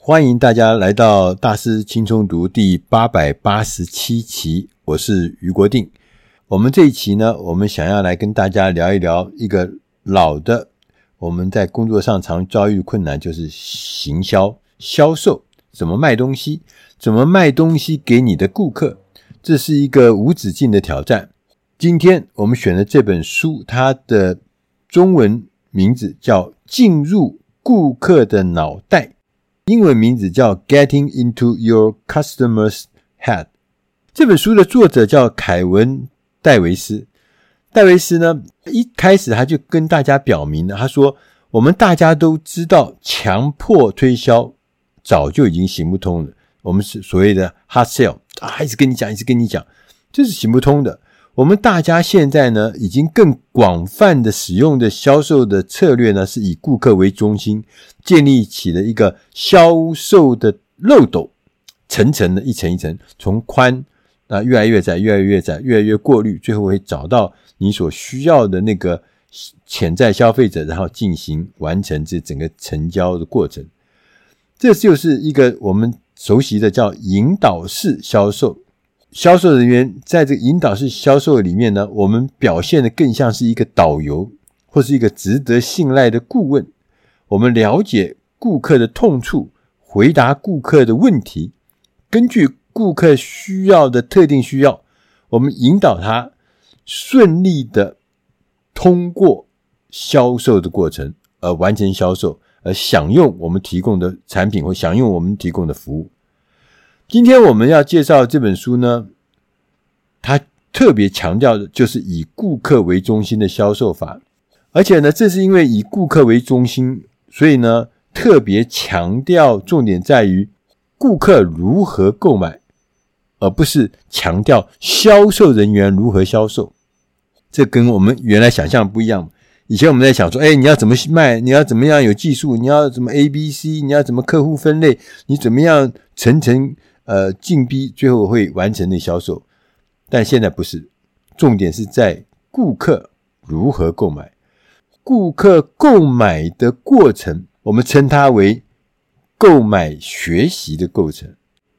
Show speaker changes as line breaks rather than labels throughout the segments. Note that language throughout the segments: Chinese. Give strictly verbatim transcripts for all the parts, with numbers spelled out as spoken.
欢迎大家来到大师轻松读第八百八十七期，我是余国定。我们这一期呢，我们想要来跟大家聊一聊一个老的，我们在工作上常遭遇困难，就是行销、销售，怎么卖东西，怎么卖东西给你的顾客，这是一个无止境的挑战。今天我们选的这本书，它的中文名字叫进入顾客的脑袋，英文名字叫 Getting into your customer's head。 这本书的作者叫凯文戴维斯。戴维斯呢，一开始他就跟大家表明了，他说我们大家都知道强迫推销早就已经行不通了，我们是所谓的 hard sell 啊，一直跟你讲一直跟你讲，这是行不通的。我们大家现在呢，已经更广泛的使用的销售的策略呢，是以顾客为中心，建立起了一个销售的漏斗，层层的一层一层，从宽啊越来越窄，越来越窄，越来越过滤，最后会找到你所需要的那个潜在消费者，然后进行完成这整个成交的过程。这就是一个我们熟悉的叫引导式销售。销售人员在这个引导式销售里面呢，我们表现的更像是一个导游，或是一个值得信赖的顾问。我们了解顾客的痛处，回答顾客的问题，根据顾客需要的特定需要，我们引导他顺利的通过销售的过程，而完成销售，而享用我们提供的产品或享用我们提供的服务。今天我们要介绍这本书呢，它特别强调的就是以顾客为中心的销售法，而且呢，这是因为以顾客为中心，所以呢，特别强调重点在于顾客如何购买，而不是强调销售人员如何销售。这跟我们原来想象不一样。以前我们在想说，哎，你要怎么卖，你要怎么样有技术，你要怎么 A B C， 你要怎么客户分类，你怎么样层层呃进逼，最后会完成的销售。但现在不是，重点是在顾客如何购买。顾客购买的过程，我们称它为购买学习的过程。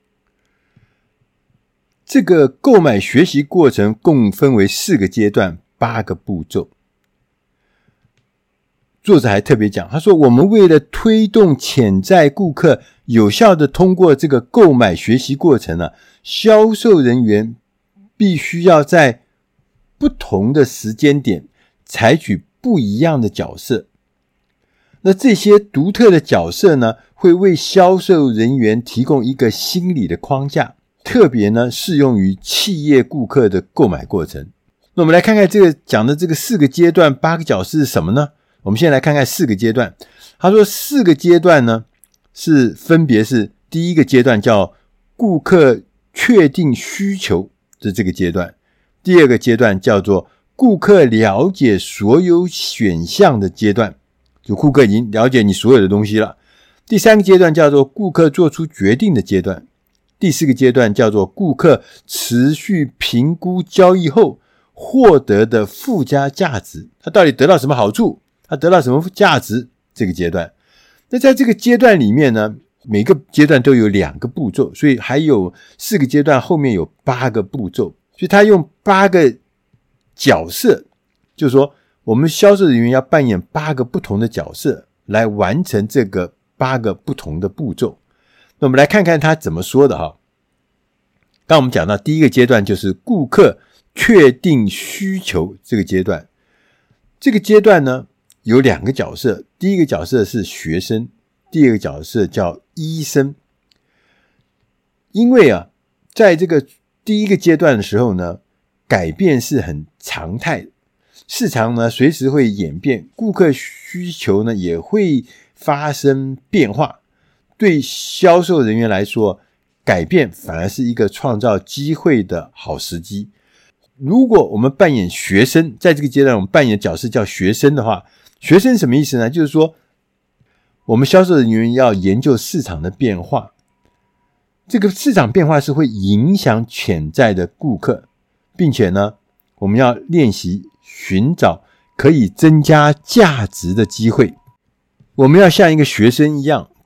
这个购买学习过程共分为四个阶段，八个步骤。作者还特别讲，他说我们为了推动潜在顾客有效的通过这个购买学习过程啊，销售人员必须要在不同的时间点采取不一样的角色。那这些独特的角色呢，会为销售人员提供一个心理的框架，特别呢适用于企业顾客的购买过程。那我们来看看这个讲的这个四个阶段八个角色是什么呢？我们先来看看四个阶段。他说四个阶段呢，是分别是第一个阶段叫顾客确定需求的这个阶段，第二个阶段叫做顾客了解所有选项的阶段，就顾客已经了解你所有的东西了。第三个阶段叫做顾客做出决定的阶段，第四个阶段叫做顾客持续评估交易后获得的附加价值，他到底得到什么好处，他得到什么价值，这个阶段。那在这个阶段里面呢，每个阶段都有两个步骤，所以还有四个阶段，后面有八个步骤，所以他用八个角色，就是说我们销售人员要扮演八个不同的角色来完成这个八个不同的步骤。那我们来看看他怎么说的哈。刚刚我们讲到第一个阶段就是顾客确定需求这个阶段，这个阶段呢有两个角色，第一个角色是学生，第二个角色叫医生。因为啊，在这个第一个阶段的时候呢，改变是很常态的，市场呢随时会演变，顾客需求呢也会发生变化。对销售人员来说，改变反而是一个创造机会的好时机。如果我们扮演学生，在这个阶段我们扮演的角色叫学生的话，学生什么意思呢？就是说我们销售人员要研究市场的变化，这个市场变化是会影响潜在的顾客，并且呢我们要练习寻找可以增加价值的机会。我们要像一个学生一样，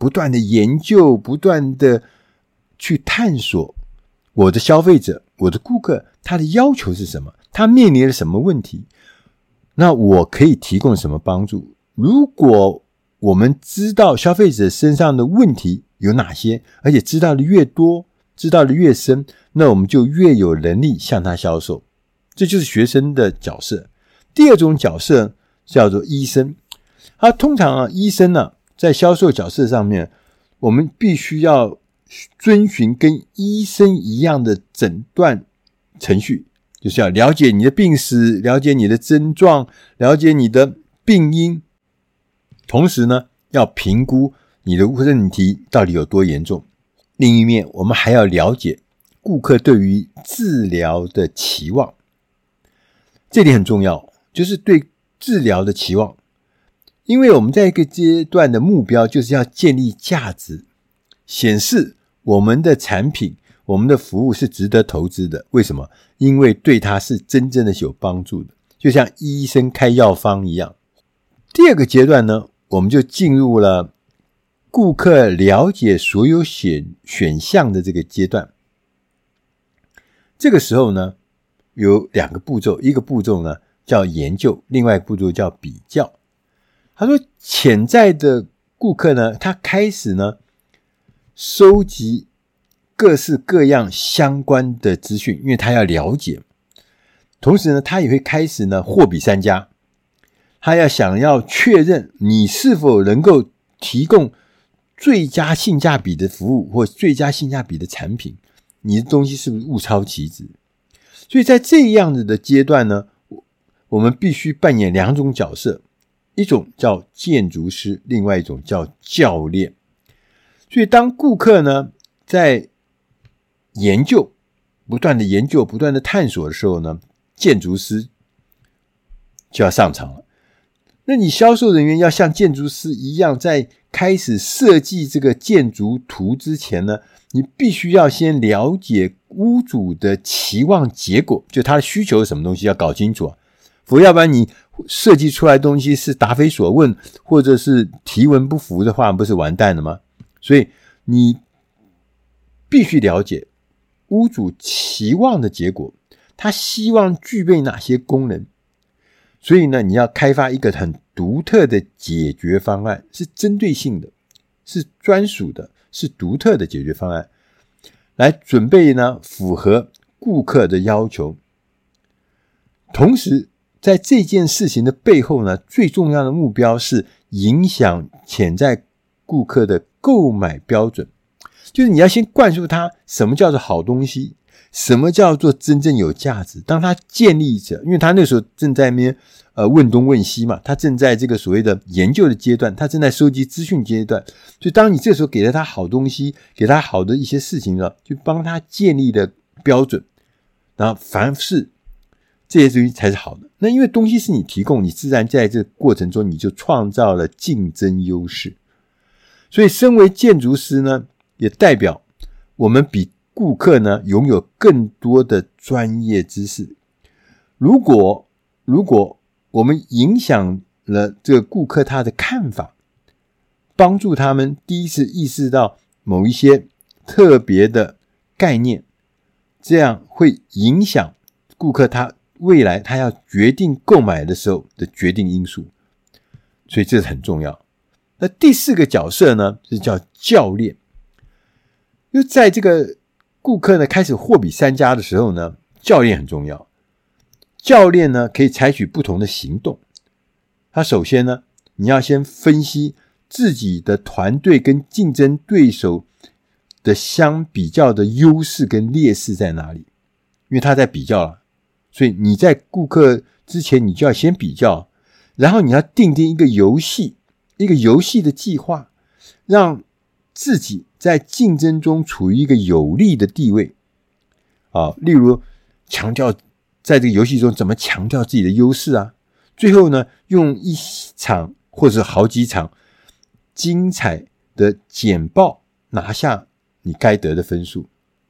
不断的研究，不断的去探索我的消费者，我的顾客，他的要求是什么，他面临了什么问题，那我可以提供什么帮助。如果我们知道消费者身上的问题有哪些，而且知道的越多，知道的越深，那我们就越有能力向他销售。这就是学生的角色。第二种角色叫做医生。他通常啊，医生呢、啊，在销售角色上面，我们必须要遵循跟医生一样的诊断程序，就是要了解你的病史，了解你的症状，了解你的病因，同时呢，要评估你的问题到底有多严重。另一面，我们还要了解顾客对于治疗的期望，这点很重要，就是对治疗的期望。因为我们在一个阶段的目标就是要建立价值，显示我们的产品，我们的服务是值得投资的。为什么？因为对它是真正的有帮助的，就像医生开药方一样。第二个阶段呢，我们就进入了顾客了解所有选选项的这个阶段。这个时候呢，有两个步骤，一个步骤呢叫研究，另外一个步骤叫比较。他说潜在的顾客呢，他开始呢收集各式各样相关的资讯，因为他要了解。同时呢，他也会开始呢货比三家，他要想要确认你是否能够提供最佳性价比的服务或最佳性价比的产品，你的东西是不是物超其值。所以在这样子的阶段呢，我们必须扮演两种角色，一种叫建筑师，另外一种叫教练。所以当顾客呢在研究，不断的研究，不断的探索的时候呢，建筑师就要上场了。那你销售人员要像建筑师一样，在开始设计这个建筑图之前呢，你必须要先了解屋主的期望结果，就他的需求是什么东西要搞清楚啊，否则要不然你设计出来的东西是答非所问，或者是题文不符的话，不是完蛋了吗？所以你必须了解屋主期望的结果，他希望具备哪些功能。所以呢，你要开发一个很独特的解决方案，是针对性的，是专属的，是独特的解决方案，来准备呢符合顾客的要求。同时在这件事情的背后呢，最重要的目标是影响潜在顾客的购买标准，就是你要先灌输他什么叫做好东西，什么叫做真正有价值。当他建立着，因为他那时候正在那边呃问东问西嘛，他正在这个所谓的研究的阶段，他正在收集资讯阶段，所以当你这时候给了他好东西，给他好的一些事情了，就帮他建立了标准，然后凡是这些东西才是好的。那因为东西是你提供，你自然在这个过程中你就创造了竞争优势。所以身为建筑师呢，也代表我们比顾客呢拥有更多的专业知识。如果如果我们影响了这个顾客他的看法，帮助他们第一次意识到某一些特别的概念，这样会影响顾客他未来他要决定购买的时候的决定因素。所以这是很重要。那第四个角色呢，是叫教练。就在这个顾客呢开始货比三家的时候呢，教练很重要。教练呢可以采取不同的行动。他首先呢，你要先分析自己的团队跟竞争对手的相比较的优势跟劣势在哪里，因为他在比较了，所以你在顾客之前你就要先比较，然后你要订定一个游戏，一个游戏的计划，让自己在竞争中处于一个有利的地位啊，例如强调在这个游戏中怎么强调自己的优势啊，最后呢用一场或者好几场精彩的简报拿下你该得的分数，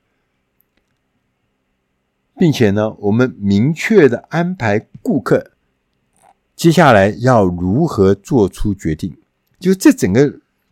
并且呢我们明确的安排顾客接下来要如何做出决定。就这整个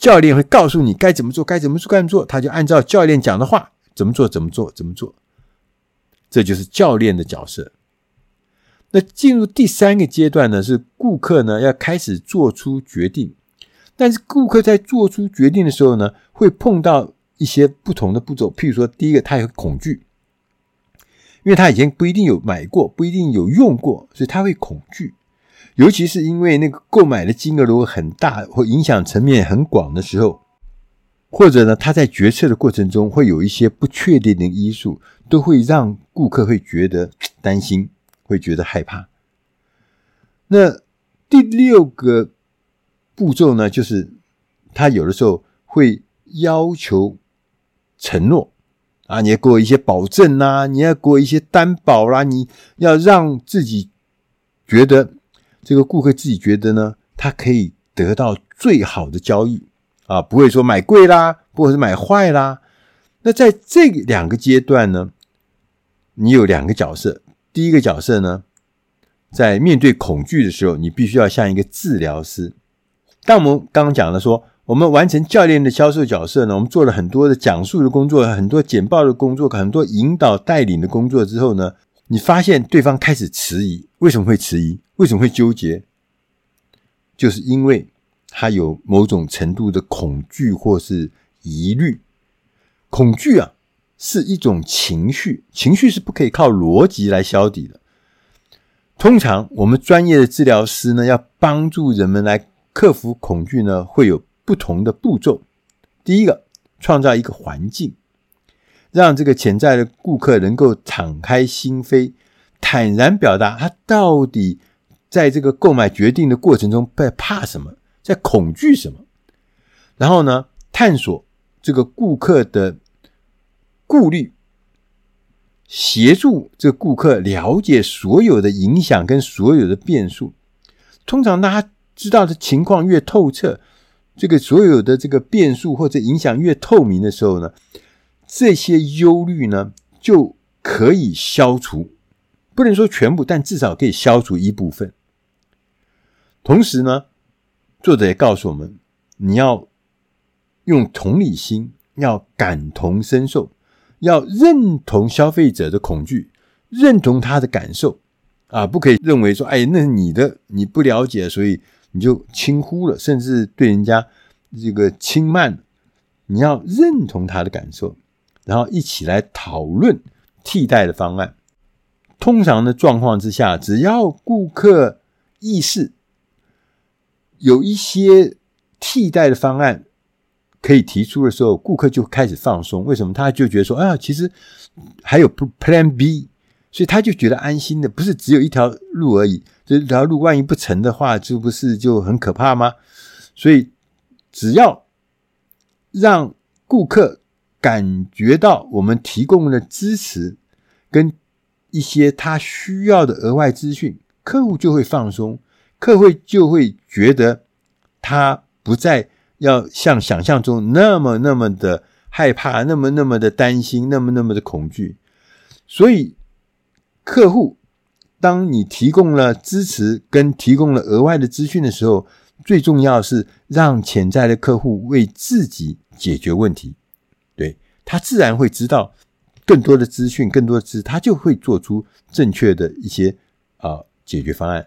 教练会告诉你该怎么做该怎么做该怎么做，他就按照教练讲的话怎么做怎么做怎么做，这就是教练的角色。那进入第三个阶段呢，是顾客呢要开始做出决定，但是顾客在做出决定的时候呢，会碰到一些不同的步骤。譬如说，第一个，他有恐惧，因为他以前不一定有买过，不一定有用过，所以他会恐惧。尤其是因为那个购买的金额如果很大或影响层面很广的时候，或者呢他在决策的过程中会有一些不确定的因素，都会让顾客会觉得担心，会觉得害怕。那第六个步骤呢，就是他有的时候会要求承诺啊，你要给我一些保证啦、啊，你要给我一些担保啦、啊，你要让自己觉得这个顾客自己觉得呢，他可以得到最好的交易啊，不会说买贵啦，或者是买坏啦。那在这两个阶段呢，你有两个角色。第一个角色呢，在面对恐惧的时候，你必须要像一个治疗师。当我们刚刚讲了说，我们完成教练的销售角色呢，我们做了很多的讲述的工作，很多简报的工作，很多引导带领的工作之后呢，你发现对方开始迟疑。为什么会迟疑？为什么会纠结？就是因为他有某种程度的恐惧或是疑虑。恐惧啊，是一种情绪，情绪是不可以靠逻辑来消抵的。通常我们专业的治疗师呢，要帮助人们来克服恐惧呢，会有不同的步骤。第一个，创造一个环境，让这个潜在的顾客能够敞开心扉，坦然表达他到底在这个购买决定的过程中在怕什么，在恐惧什么。然后呢，探索这个顾客的顾虑，协助这个顾客了解所有的影响跟所有的变数。通常当他知道的情况越透彻，这个所有的这个变数或者影响越透明的时候呢，这些忧虑呢就可以消除，不能说全部，但至少可以消除一部分。同时呢，作者也告诉我们，你要用同理心，要感同身受，要认同消费者的恐惧，认同他的感受啊，不可以认为说，哎，那是你的，你不了解，所以你就轻忽了，甚至对人家这个轻慢。你要认同他的感受，然后一起来讨论替代的方案。通常的状况之下，只要顾客意识有一些替代的方案可以提出的时候，顾客就开始放松。为什么？他就觉得说，啊，其实还有 Plan B， 所以他就觉得安心的，不是只有一条路而已。这条路万一不成的话，这不是就很可怕吗？所以只要让顾客感觉到我们提供的支持跟一些他需要的额外资讯，客户就会放松，客户就会觉得他不再要像想象中那么那么的害怕，那么那么的担心，那么那么的恐惧。所以客户当你提供了支持跟提供了额外的资讯的时候，最重要的是让潜在的客户为自己解决问题。对，他自然会知道更多的资讯，更多的知识，他就会做出正确的一些、呃、解决方案。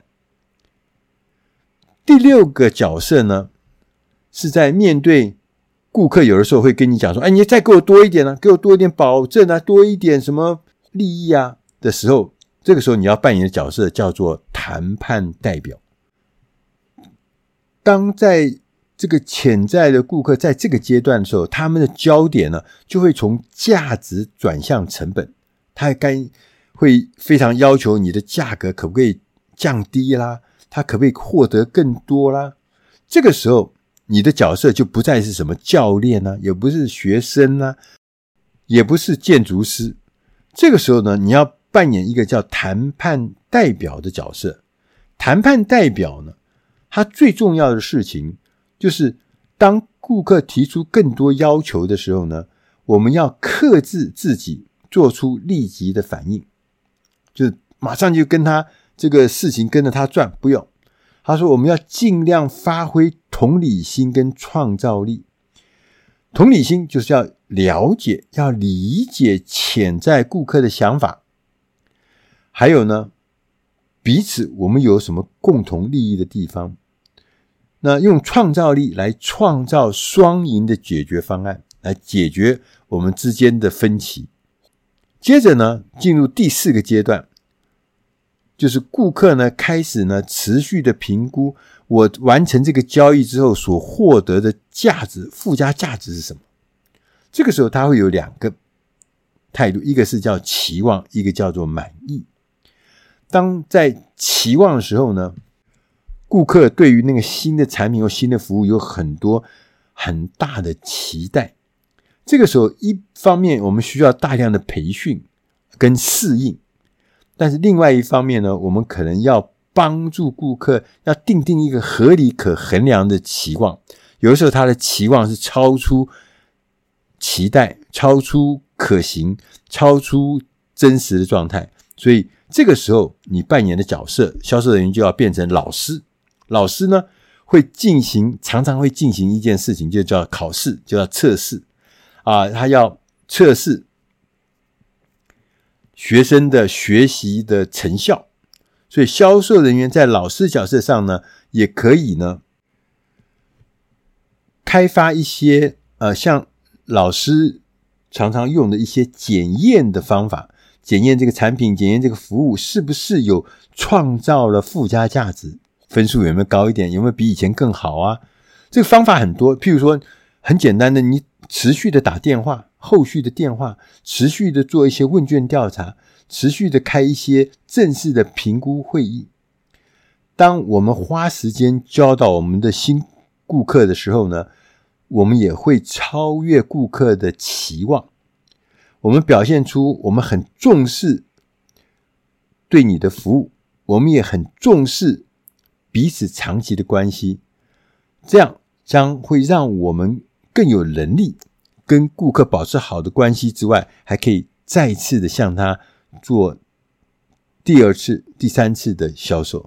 第六个角色呢，是在面对顾客有的时候会跟你讲说，哎，你再给我多一点啊，给我多一点保证啊，多一点什么利益啊的时候，这个时候你要扮演的角色叫做谈判代表。当在这个潜在的顾客在这个阶段的时候，他们的焦点呢就会从价值转向成本，他该会非常要求你的价格可不可以降低啦，他可不可以获得更多啦。这个时候你的角色就不再是什么教练啊，也不是学生啊，也不是建筑师。这个时候呢，你要扮演一个叫谈判代表的角色。谈判代表呢，他最重要的事情就是当顾客提出更多要求的时候呢，我们要克制自己做出立即的反应，就是马上就跟他这个事情跟着他转，不用， 他说我们要尽量发挥同理心跟创造力。同理心就是要了解，要理解潜在顾客的想法，还有呢，彼此我们有什么共同利益的地方，那用创造力来创造双赢的解决方案，来解决我们之间的分歧。接着呢，进入第四个阶段，就是顾客呢开始呢持续的评估我完成这个交易之后所获得的价值，附加价值是什么。这个时候他会有两个态度，一个是叫期望，一个叫做满意。当在期望的时候呢，顾客对于那个新的产品或新的服务有很多很大的期待。这个时候一方面我们需要大量的培训跟适应，但是另外一方面呢，我们可能要帮助顾客要订定一个合理可衡量的期望。有的时候他的期望是超出期待，超出可行，超出真实的状态，所以这个时候你扮演的角色，销售人员就要变成老师。老师呢会进行常常会进行一件事情，就叫考试，就叫测试啊，他要测试学生的学习的成效。所以销售人员在老师角色上呢，也可以呢开发一些呃像老师常常用的一些检验的方法，检验这个产品，检验这个服务是不是有创造了附加价值，分数有没有高一点，有没有比以前更好啊。这个方法很多，譬如说很简单的，你持续的打电话，后续的电话，持续的做一些问卷调查，持续的开一些正式的评估会议。当我们花时间教导我们的新顾客的时候呢，我们也会超越顾客的期望，我们表现出我们很重视对你的服务，我们也很重视彼此长期的关系，这样将会让我们更有能力跟顾客保持好的关系之外，还可以再次的向他做第二次、第三次的销售。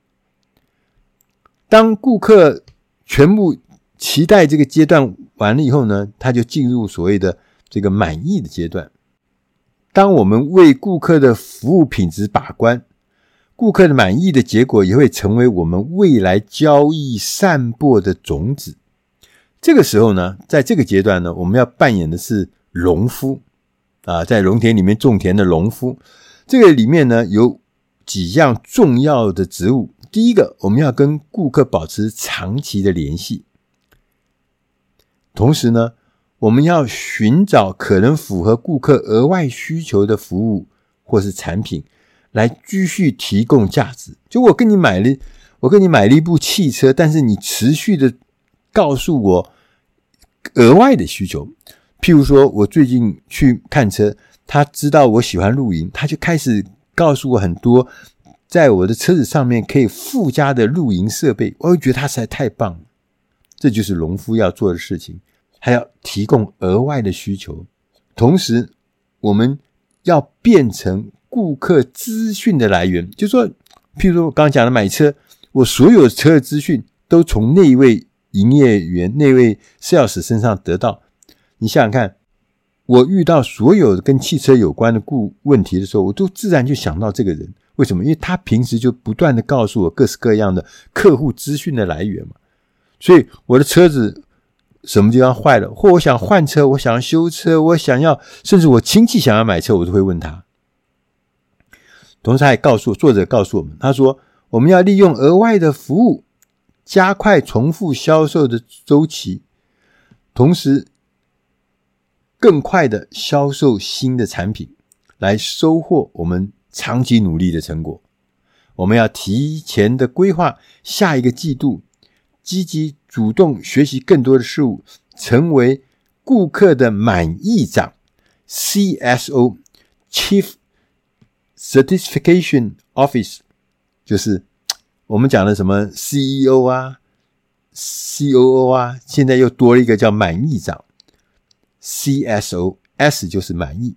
当顾客全部期待这个阶段完了以后呢，他就进入所谓的这个满意的阶段。当我们为顾客的服务品质把关，顾客的满意的结果也会成为我们未来交易散播的种子。这个时候呢，在这个阶段呢，我们要扮演的是农夫啊，在农田里面种田的农夫。这个里面呢，有几样重要的职务。第一个，我们要跟顾客保持长期的联系，同时呢，我们要寻找可能符合顾客额外需求的服务或是产品，来继续提供价值。就我跟你买了，我跟你买了一部汽车，但是你持续的告诉我额外的需求。譬如说，我最近去看车，他知道我喜欢露营，他就开始告诉我很多在我的车子上面可以附加的露营设备，我会觉得他实在太棒了。这就是农夫要做的事情，还要提供额外的需求。同时，我们要变成顾客资讯的来源，就是说，譬如说我刚刚讲的买车，我所有车的资讯都从那位营业员、那位 sales 身上得到。你想想看，我遇到所有跟汽车有关的顾问题的时候，我都自然就想到这个人。为什么？因为他平时就不断的告诉我各式各样的客户资讯的来源嘛。所以我的车子什么地方坏了，或我想换车，我想要修车，我想要，甚至我亲戚想要买车，我都会问他。同时他也告诉作者告诉我们，他说我们要利用额外的服务，加快重复销售的周期，同时更快的销售新的产品，来收获我们长期努力的成果。我们要提前的规划下一个季度，积极主动学习更多的事物，成为顾客的满意长 C S O Chief Certification Office， 就是我们讲的什么 C E O 啊 C O O 啊，现在又多了一个叫满意长 C S O， S 就是满意。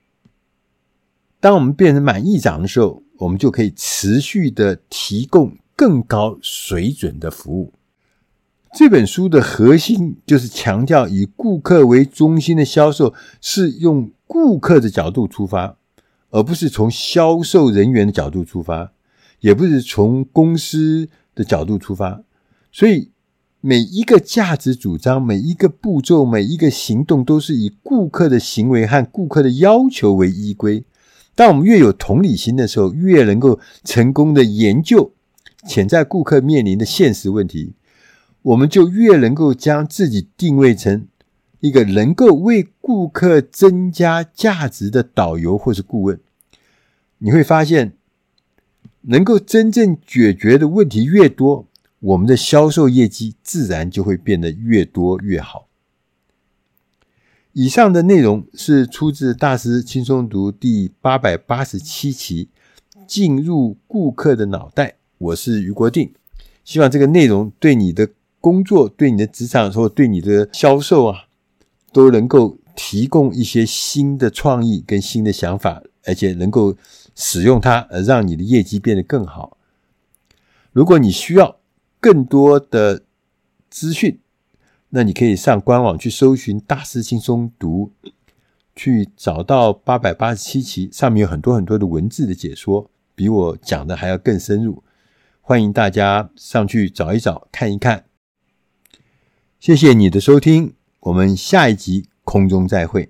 当我们变成满意长的时候，我们就可以持续的提供更高水准的服务。这本书的核心就是强调以顾客为中心的销售是用顾客的角度出发，而不是从销售人员的角度出发，也不是从公司的角度出发。所以每一个价值主张，每一个步骤，每一个行动都是以顾客的行为和顾客的要求为依归。当我们越有同理心的时候，越能够成功的研究潜在顾客面临的现实问题，我们就越能够将自己定位成一个能够为顾客增加价值的导游或是顾问。你会发现，能够真正解决的问题越多，我们的销售业绩自然就会变得越多越好。以上的内容是出自大师轻松读第八百八十七期，进入顾客的脑袋。我是余国定，希望这个内容对你的工作、对你的职场或对你的销售啊，都能够提供一些新的创意跟新的想法，而且能够使用它而让你的业绩变得更好。如果你需要更多的资讯，那你可以上官网去搜寻大师轻松读，去找到八百八十七期，上面有很多很多的文字的解说，比我讲的还要更深入。欢迎大家上去找一找，看一看。谢谢你的收听，我们下一集空中再会。